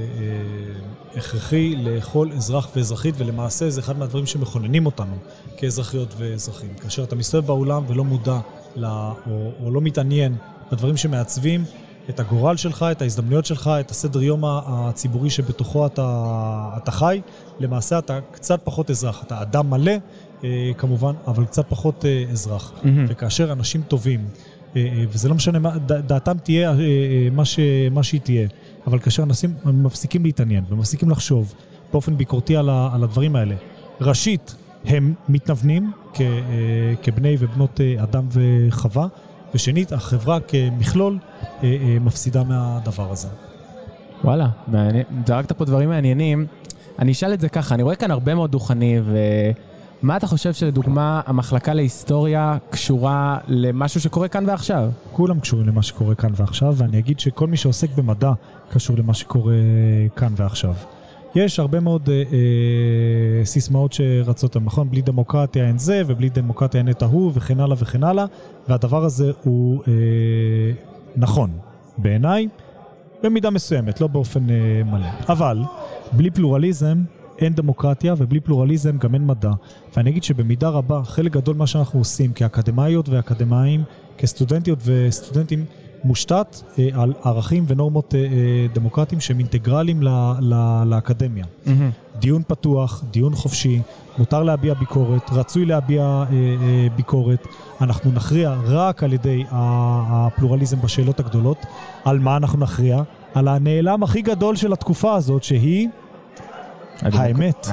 הכרחי לכל אזרח ואזרחית, ולמעשה זה אחד מהדברים שמכוננים אותנו כאזרחיות ואזרחים. כאשר אתה מסתובב בעולם ולא מודע או לא מתעניין בדברים שמעצבים את הגורל שלך, את ההזדמנויות שלך, את הסדר יום הציבורי שבתוכו אתה חי, למעשה אתה קצת פחות אזרח. אתה אדם מלא, כמובן, אבל קצת פחות אזרח. וכאשר אנשים טובים, וזה לא משנה, דעתם תהיה מה שהיא תהיה, אבל כאשר אנשים מפסיקים להתעניין ומפסיקים לחשוב באופן ביקורתי על הדברים האלה, ראשית, הם מתנוונים כבני ובנות אדם וחווה, ושנית, החברה כמכלול מפסידה מהדבר הזה. וואלה, זרקת פה דברים מעניינים. אני אשאל את זה ככה, אני רואה כאן הרבה מאוד דוכני, ומה אתה חושב שלדוגמה המחלקה להיסטוריה קשורה למשהו שקורה כאן ועכשיו? כולם קשורים למה שקורה כאן ועכשיו, ואני אגיד שכל מי שעוסק במדע קשור למה שקורה כאן ועכשיו. יש הרבה מאוד סיסמאות שרצות, נכון? בלי דמוקרטיה אין זה, ובלי דמוקרטיה אין את ההוא, וכן הלאה וכן הלאה, והדבר הזה הוא נכון בעיניי, במידה מסוימת, לא באופן מלא. אבל בלי פלורליזם אין דמוקרטיה, ובלי פלורליזם גם אין מדע. ואני אגיד שבמידה רבה, חלק גדול מה שאנחנו עושים כאקדמאיות ואקדמאים, כסטודנטיות וסטודנטים, מושתת על ערכים ונורמות דמוקרטיים שהם אינטגרליים לאקדמיה. דיון פתוח, דיון חופשי, מותר להביע ביקורת, רצוי להביע ביקורת. אנחנו נכריע רק על ידי הפלורליזם בשאלות הגדולות. על מה אנחנו נכריע? על הנעלם הכי גדול של התקופה הזאת, שהיא האמת.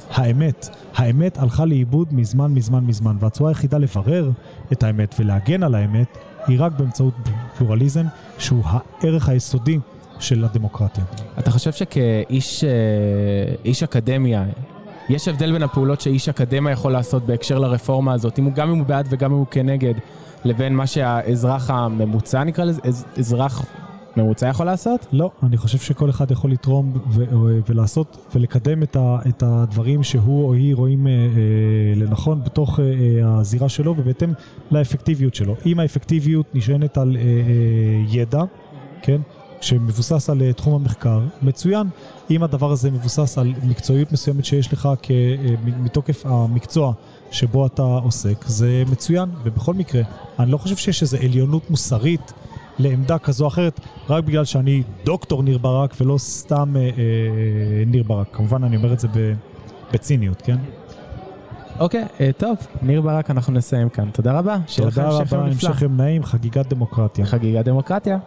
האמת הלכה לאיבוד מזמן, והצורה היחידה לברר את האמת ולהגן על האמת היא רק באמצעות פלורליזם, שהוא הערך היסודי של הדמוקרטיה. אתה חושב שכאיש אקדמיה, יש הבדל בין הפעולות שאיש אקדמיה יכול לעשות בהקשר לרפורמה הזאת, גם אם הוא בעד וגם אם הוא כנגד, לבין מה שהאזרח הממוצע, נקרא לזה, אזרח ממוצע יכול לעשות? לא, אני חושב שכל אחד יכול לתרום ולעשות ולקדם את הדברים שהוא או היא רואים לנכון בתוך הזירה שלו ובהתאם לאפקטיביות שלו. אם האפקטיביות נשענת על ידע, כן? שמבוסס על תחום המחקר, מצוין. אם הדבר הזה מבוסס על מקצועיות מסוימת שיש לך מתוקף המקצוע שבו אתה עוסק, זה מצוין. ובכל מקרה, אני לא חושב שיש איזו עליונות מוסרית לעמדה כזו או אחרת, רק בגלל שאני דוקטור ניר ברק ולא סתם ניר ברק. כמובן אני אומר את זה בציניות, כן? אוקיי, טוב. ניר ברק, אנחנו נסיים כאן. תודה רבה. תודה רבה, המשכם נעים, חגיגת דמוקרטיה. חגיגת דמוקרטיה.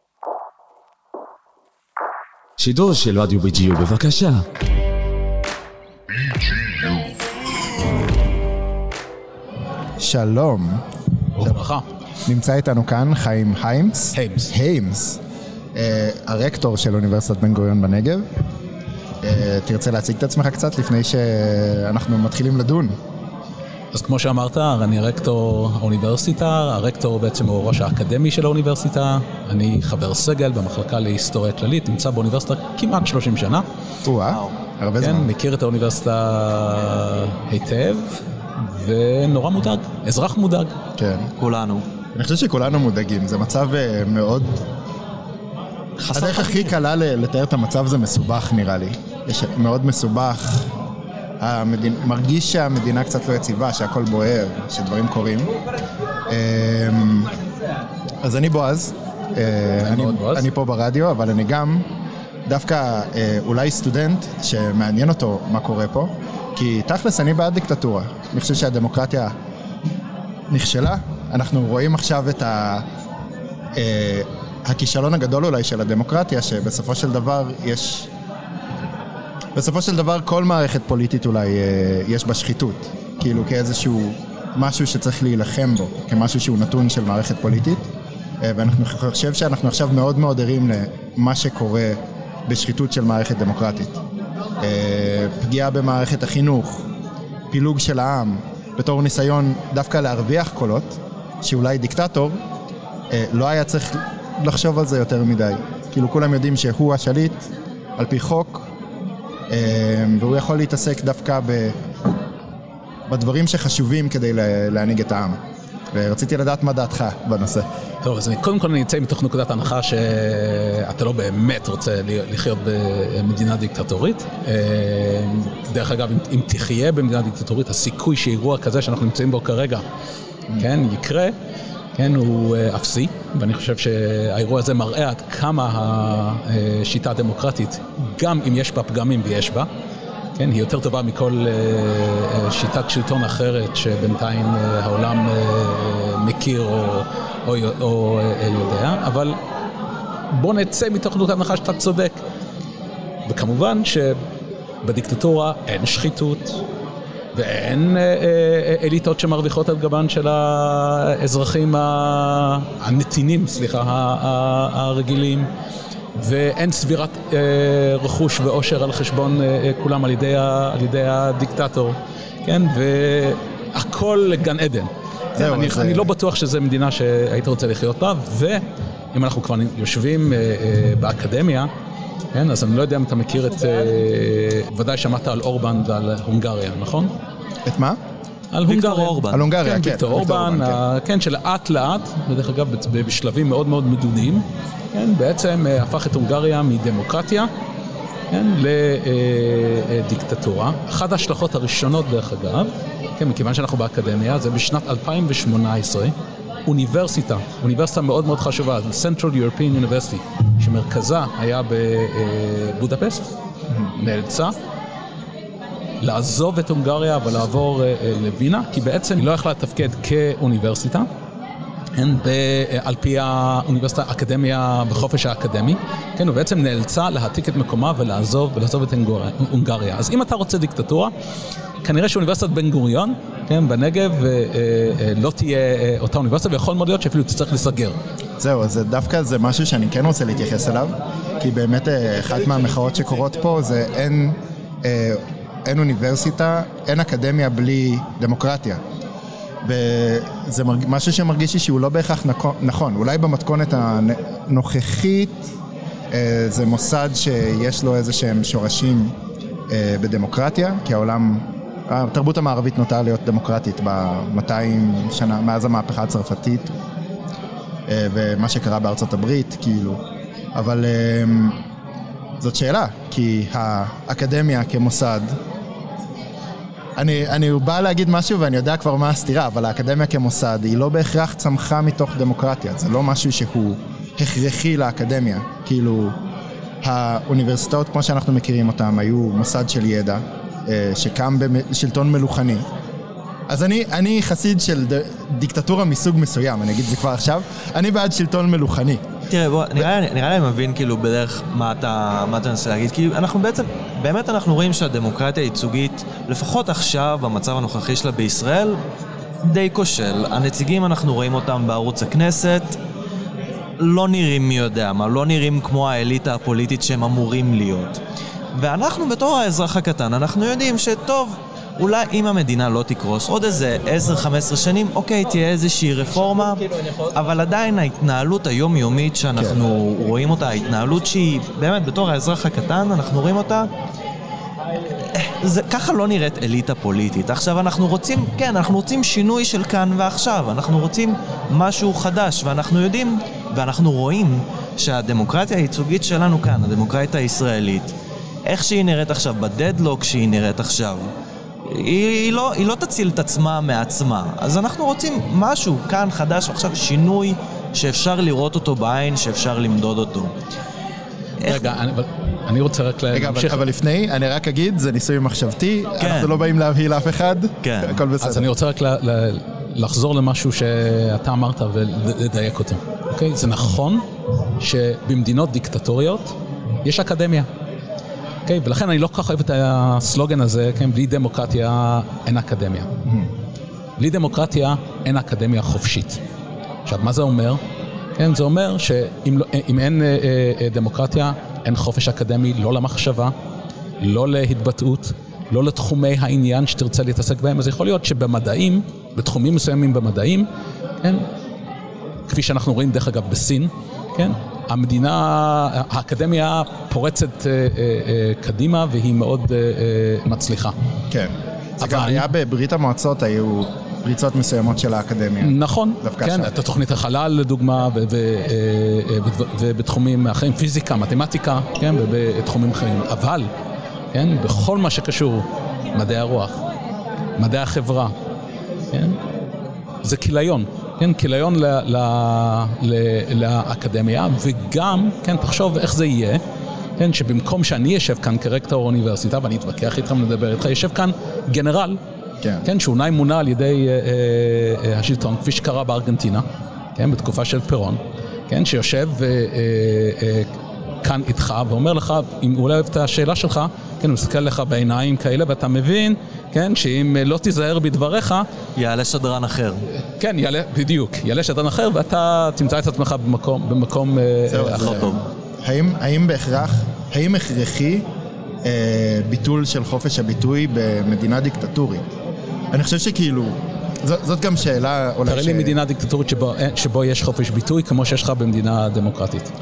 שידור של רדיו BGU, בבקשה. שלום. וברכה. נמצא איתנו כאן חיים היימס, הרקטור של אוניברסיטת בן גוריון בנגב. תרצה להציג את עצמך קצת לפני שאנחנו מתחילים לדון? אז כמו שאמרת, אני רקטור האוניברסיטה, הרקטור בעצם הוא ראש האקדמי של האוניברסיטה, אני חבר סגל במחלקה להיסטוריה כללית, נמצא באוניברסיטה כמעט 30 שנה. וואו, הרבה זמן. כן, מכיר את האוניברסיטה היטב, ונורא מודאג, אזרח מודאג. כן. כולנו. אני חושב שכולנו מודאגים, זה מצב מאוד... הדרך הכי קלה לתאר את המצב זה מסובך נראה לי. יש מאוד מסובך. מרגיש שהמדינה קצת לא יציבה, שהכל בוער, שדברים קורים. אז אני בועז, אני פה ברדיו, אבל אני גם דווקא אולי סטודנט שמעניין אותו מה קורה פה, כי תכלס אני בעד דיקטטורה. אני חושב שהדמוקרטיה נכשלה. אנחנו רואים עכשיו את הכישלון הגדול אולי של הדמוקרטיה, שבסופו של דבר בסופו של דבר כל מערכת פוליטית אולי יש בה שחיתות, כאילו כאיזשהו משהו שצריך להילחם בו, כמשהו שהוא נתון של מערכת פוליטית, ואנחנו חושב שאנחנו עכשיו מאוד מאוד ערים למה שקורה בשחיתות של מערכת דמוקרטית. פגיעה במערכת החינוך, פילוג של העם, בתור ניסיון דווקא להרוויח קולות, שאולי דיקטטור לא היה צריך לחשוב על זה יותר מדי. כאילו כולם יודעים שהוא השליט על פי חוק, והוא יכול להתעסק דווקא בדברים שחשובים כדי להנהיג את העם. ורציתי לדעת מה דעתך בנושא. טוב, אז קודם כל אני אצא מתוך נקודת הנחה שאתה לא באמת רוצה לחיות במדינה דיקטטורית. דרך אגב, אם תחיה במדינה דיקטטורית, הסיכוי שאירוע כזה שאנחנו נמצאים בו כרגע, כן, יקרה, כן, הוא אפסי, ואני חושב שהאירוע הזה מראה עד כמה השיטה הדמוקרטית, גם אם יש בה פגמים ויש בה, כן, היא יותר טובה מכל שיטת שלטון אחרת שבינתיים העולם מכיר או יודע, אבל בוא נצא מתוך נקודת הנחה שאתה צודק. וכמובן שבדיקטטורה אין שחיתות, ואין אליטות שמרוויחות על גבן של האזרחים הנתינים, הרגילים, ואין סבירת רכוש ואושר על חשבון כולם על ידי הדיקטטור, כן? והכל גן עדן. אני לא בטוח שזו מדינה שהיית רוצה לחיות בה, ואם אנחנו כבר יושבים באקדמיה, כן, אז אני לא יודע אם אתה מכיר את, ודאי שמעת על אורבן ועל הונגריה, נכון? את מה? על ויקטור אורבן. על הונגריה, כן. ויקטור אורבן, כן, שלאט לאט, ודרך אגב בשלבים מאוד מאוד מדודים, כן, בעצם הפך את הונגריה מדמוקרטיה, כן, לדיקטטורה. אחת ההשלכות הראשונות דרך אגב, כן, מכיוון שאנחנו באקדמיה, זה בשנת 2018, אוניברסיטה מאוד מאוד חשובה, Central European University, שמרכזה היה בבודפסט, נאלצה לעזוב את הונגריה ולעבור לווינה, כי בעצם היא לא יכלה לתפקד כאוניברסיטה, על פי האוניברסיטה האקדמיה בחופש האקדמי, כן, הוא בעצם נאלצה להעתיק את מקומה ולעזוב את הונגריה. אז אם אתה רוצה דיקטטורה, כנראה שאוניברסיטת בן גוריון, כן, בנגב, לא תהיה אותה אוניברסיטה, ויכול מאוד להיות שאפילו תצטרך לסגר. זהו, אז דווקא זה משהו שאני כן רוצה להתייחס אליו, כי באמת אחת מהמחאות שקורות פה זה אין אוניברסיטה, אין אקדמיה בלי דמוקרטיה. וזה משהו שמרגיש לי שהוא לא בהכרח נכון. אולי במתכונת הנוכחית זה מוסד שיש לו איזה שהם שורשים בדמוקרטיה, כי התרבות המערבית נוטה להיות דמוקרטית ב-200 שנה, מאז המהפכה הצרפתית, ומה שקרה בארצות הברית, כאילו. אבל זאת שאלה, כי האקדמיה כמוסד, אני בא להגיד משהו ואני יודע כבר מה הסתירה, אבל האקדמיה כמוסד היא לא בהכרח צמחה מתוך דמוקרטיה, זה לא משהו שהוא הכרחי לאקדמיה, כאילו האוניברסיטאות כמו שאנחנו מכירים אותם היו מוסד של ידע שקם בשלטון מלוכני. אז אני חסיד של דיקטטורה מסוג מסוים, אני אגיד זה כבר עכשיו, אני בעד שלטון מלוכני. תראה, בוא, נראה לי אני מבין כאילו בדרך מה אתה מנסה להגיד, כי אנחנו באמת אנחנו רואים שהדמוקרטיה הייצוגית, לפחות עכשיו במצב הנוכחי שלה בישראל, די כושל. הנציגים אנחנו רואים אותם בערוץ הכנסת, לא נראים מי יודע מה, לא נראים כמו האליטה הפוליטית שהם אמורים להיות. ואנחנו בתור האזרח הקטן, אנחנו יודעים שטוב, אולי אם המדינה לא תקרוס עוד איזה 10-15 שנים, אוקיי, תהיה איזושהי רפורמה, אבל עדיין ההתנהלות היומיומית שאנחנו רואים אותה, ההתנהלות שהיא באמת בתור האזרח הקטן, אנחנו רואים אותה, ככה לא נראית אליטה פוליטית. עכשיו אנחנו רוצים, כן, אנחנו רוצים שינוי של כאן ועכשיו, אנחנו רוצים משהו חדש, ואנחנו יודעים, ואנחנו רואים שהדמוקרטיה הייצוגית שלנו כאן, הדמוקרטיה הישראלית, איך שהיא נראית עכשיו, בדדלוק שהיא נראית עכשיו, היא לא תציל את עצמה מעצמה. אז אנחנו רוצים משהו כאן חדש, עכשיו שינוי שאפשר לראות אותו בעין, שאפשר למדוד אותו. רגע, אני רוצה רק להמשיך. אבל לפני, אני רק אגיד, זה ניסוי מחשבתי, אנחנו לא באים להבהיל אף אחד, הכל בסדר. אז אני רוצה רק לחזור למשהו שאתה אמרת ולדייק אותו. אוקיי? זה נכון שבמדינות דיקטטוריות יש אקדמיה. אוקיי? ולכן אני לא כל כך אוהב את הסלוגן הזה, כן? בלי דמוקרטיה אין אקדמיה. בלי דמוקרטיה אין אקדמיה חופשית. עכשיו, מה זה אומר? כן, זה אומר שאם אין דמוקרטיה, אין חופש אקדמי, לא למחשבה, לא להתבטאות, לא לתחומי העניין שתרצה להתעסק בהם. אז יכול להיות שבמדעים, בתחומים מסוימים במדעים, כן, כפי שאנחנו רואים דרך אגב בסין, כן, האקדמיה פורצת קדימה והיא מאוד מצליחה. כן. זה גם היה בברית המועצות, היו פריצות מסוימות של האקדמיה. נכון, כן, את התוכנית החלל לדוגמה, ובתחומים אחרים, פיזיקה, מתמטיקה, כן, ובתחומים אחרים. אבל, כן, בכל מה שקשור, מדעי הרוח, מדעי החברה, כן, זה כיליון. כן, כיליון לאקדמיה, וגם, כן, תחשוב איך זה יהיה, כן, שבמקום שאני יושב כאן כרקטור האוניברסיטה, ואני אתווכח איתכם לדבר איתך, יושב כאן גנרל, כן, שאולי מונה על ידי השלטון, כפי שקרה בארגנטינה, כן, בתקופה של פירון, כן, שיושב כאן איתך ואומר לך, אם הוא לא אוהב את השאלה שלך, כן, הוא מסתכל לך בעיניים כאלה, ואתה מבין, כן, שאם לא תיזהר בדבריך, יעלה שדרן אחר. כן, בדיוק, יעלה שדרן אחר, ואתה תמצא את עצמך במקום אחר. האם הכרחי ביטול של חופש הביטוי במדינה דיקטטורית? אני חושב שכאילו, זאת גם שאלה... תראה לי מדינה דיקטטורית שבו יש חופש ביטוי, כמו שיש לך במדינה דמוקרטית.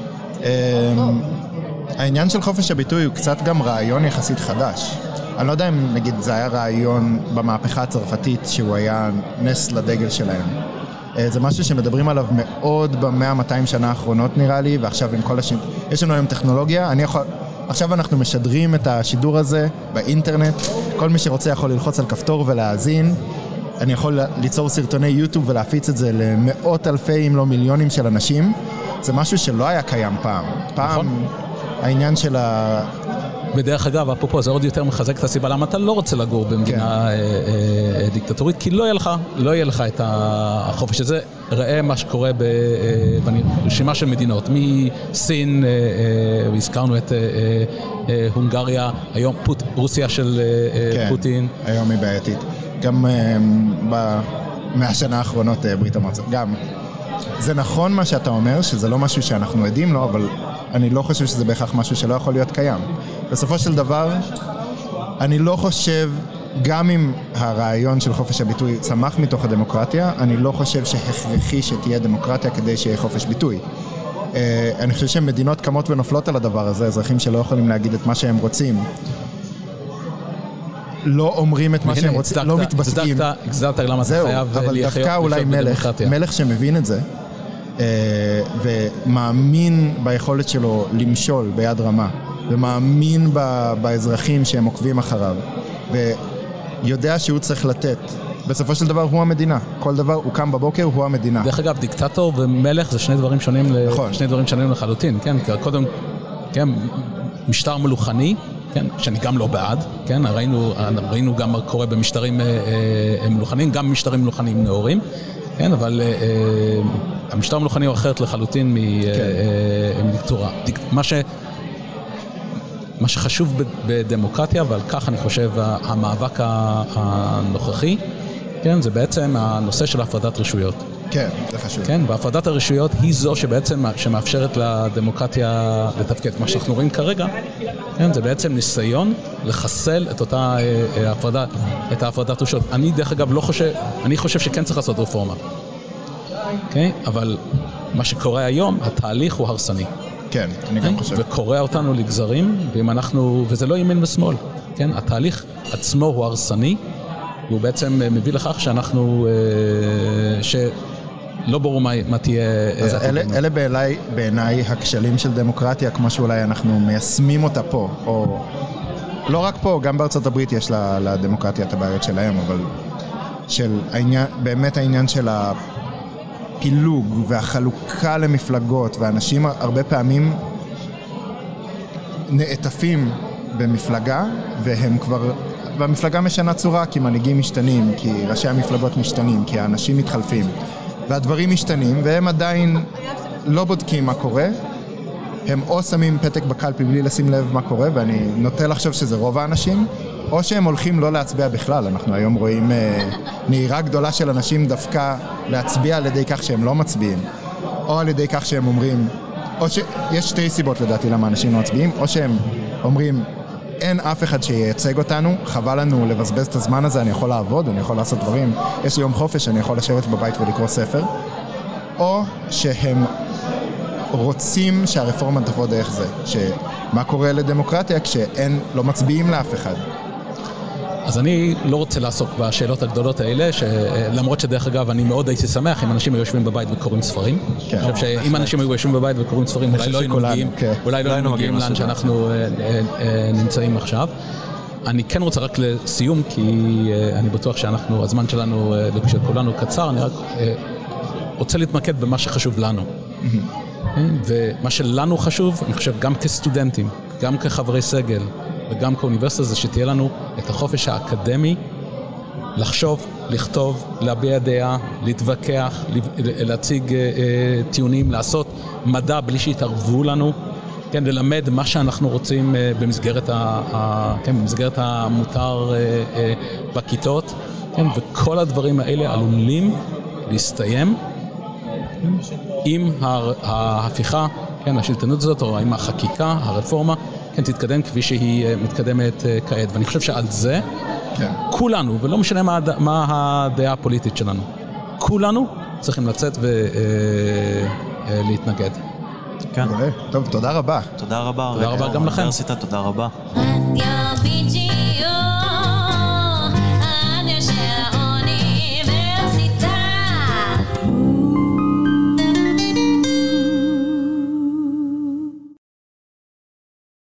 העניין של חופש הביטוי הוא קצת גם רעיון יחסית חדש. אני לא יודע אם נגיד זה היה רעיון במהפכה הצרפתית שהוא היה נס לדגל שלהם. זה משהו שמדברים עליו מאוד ב100-200 שנה האחרונות נראה לי, ועכשיו עם כל יש לנו היום טכנולוגיה, עכשיו אנחנו משדרים את השידור הזה באינטרנט, כל מי שרוצה יכול ללחוץ על כפתור ולהאזין, אני יכול ליצור סרטוני יוטיוב ולהפיץ את זה למאות אלפי אם לא מיליונים של אנשים, זה משהו שלא היה קיים פעם. פעם העניין של בדרך אגב, אפרופו, זה עוד יותר מחזק את הסיבה למה אתה לא רוצה לגור במדינה דיקטטורית, כי לא יהיה לך את החופש הזה. ראה מה שקורה ברשימה של מדינות, מסין, והזכרנו את הונגריה, היום רוסיה של פוטין. היום היא בעייתית. גם מהשנה האחרונות ברית המועצות. גם, זה נכון מה שאתה אומר, שזה לא משהו שאנחנו עדים לו, אבל אני לא חושב שזה בהכרח משהו שלא יכול להיות קיים. בסופו של דבר, אני לא חושב, גם אם הרעיון של חופש הביטוי צמח מתוך הדמוקרטיה, אני לא חושב שהכרחי שתהיה דמוקרטיה כדי שיהיה חופש ביטוי. אני חושב שמדינות קמות ונופלות על הדבר הזה, אזרחים שלא יכולים להגיד את מה שהם רוצים, לא אומרים את מה שהם רוצים, לא מתבטאים. הגזרת למה אתה חייב אבל דווקא אולי מלך שמבין את זה, ומאמין ביכולת שלו למשול ביד רמה, ומאמין באזרחים שהם עוקבים אחריו, ויודע שהוא צריך לתת. בסופו של דבר הוא המדינה. כל דבר, הוא קם בבוקר, הוא המדינה. דרך אגב, דיקטטור ומלך זה שני דברים שונים, שני דברים שונים לחלוטין, כן? קודם, כן, משטר מלוכני, כן, שאני גם לא בעד, כן? ראינו גם מה קורה במשטרים מלוכניים, גם במשטרים מלוכניים נאורים, כן? אבל המשטר המלוכני הוא אחרת לחלוטין מדיקטטורה. מה שחשוב בדמוקרטיה, ועל כך אני חושב המאבק הנוכחי, כן, זה בעצם הנושא של הפרדת רשויות. כן, זה חשוב. כן, והפרדת הרשויות היא זו שבעצם שמאפשרת לדמוקרטיה לתפקד. מה שאנחנו רואים כרגע, כן, זה בעצם ניסיון לחסל את אותה הפרדת רשויות. אני דרך אגב לא חושב, אני חושב שכן צריך לעשות רפורמה. כן, אבל מה שקורה היום, התהליך הוא הרסני. כן, אני גם חושב. וקורא אותנו לגזרים, וזה לא ימין ושמאל. כן, התהליך עצמו הוא הרסני, והוא בעצם מביא לכך שאנחנו, שלא ברור מה תהיה... אז אלה בעיניי הכשלים של דמוקרטיה, כמו שאולי אנחנו מיישמים אותה פה, או לא רק פה, גם בארצות הברית יש לדמוקרטיה את הבעיות שלהם, אבל באמת העניין של הפילוג והחלוקה למפלגות, ואנשים הרבה פעמים נעטפים במפלגה, והם כבר והמפלגה משנה צורה, כי מנהיגים משתנים, כי ראשי המפלגות משתנים, כי האנשים מתחלפים. והדברים משתנים, והם עדיין לא בודקים מה קורה. הם או שמים פתק בקלפי בלי לשים לב מה קורה, ואני נוטה לחשוב שזה רוב האנשים, או שהם הולכים לא להצביע בכלל. אנחנו היום רואים נהירה גדולה של אנשים דווקא להצביע על ידי כך שהם לא מצביעים, או על ידי כך שהם אומרים, או שיש שתי סיבות לדעתי למה אנשים לא מצביעים, או שהם אומרים, אין אף אחד שייצג אותנו, חבל לנו לבזבז את הזמן הזה, אני יכול לעבוד, אני יכול לעשות דברים, יש לי יום חופש, אני יכול לשבת בבית ולקרוא ספר, או שהם רוצים שהרפורמה תבוא דרך זה, שמה קורה לדמוקרטיה כשאין, לא מצביעים לאף אחד. אז אני לא רוצה לעסוק בשאלות הגדולות האלה, למרות שדרך אגב אני מאוד הייתי שמח אם אנשים היו יושבים בבית וקוראים ספרים. אני חושב שאם אנשים היו יושבים בבית וקוראים ספרים, אולי לא היינו מגיעים לאן שאנחנו נמצאים עכשיו. אני כן רוצה רק לסיום, כי אני בטוח שאנחנו, הזמן שלנו, של כולנו קצר, אני רק רוצה להתמקד במה שחשוב לנו. ומה שלנו חשוב, אני חושב גם כסטודנטים, גם כחברי סגל, וגם כאוניברסיטה, זה שתהיה לנו את החופש האקדמי לחשוב, לכתוב, להביע דעה, להתווכח, להציג טיעונים, לעשות מדע בלי שיתערבו לנו, כן, ללמד מה שאנחנו רוצים במסגרת במסגרת המותר בכיתות, כן, וכל הדברים האלה עלולים להסתיים עם ההפיכה, כן, השלטונות הזאת, או עם החקיקה, הרפורמה, כן, תתקדם כפי שהיא מתקדמת כעת. ואני חושב שעל זה, כן. כולנו, ולא משנה מה הדעה הפוליטית שלנו, כולנו צריכים לצאת ולהתנגד. כן. טוב, תודה רבה. תודה רבה. תודה רבה גם לכם. תודה רבה. רדיו BGU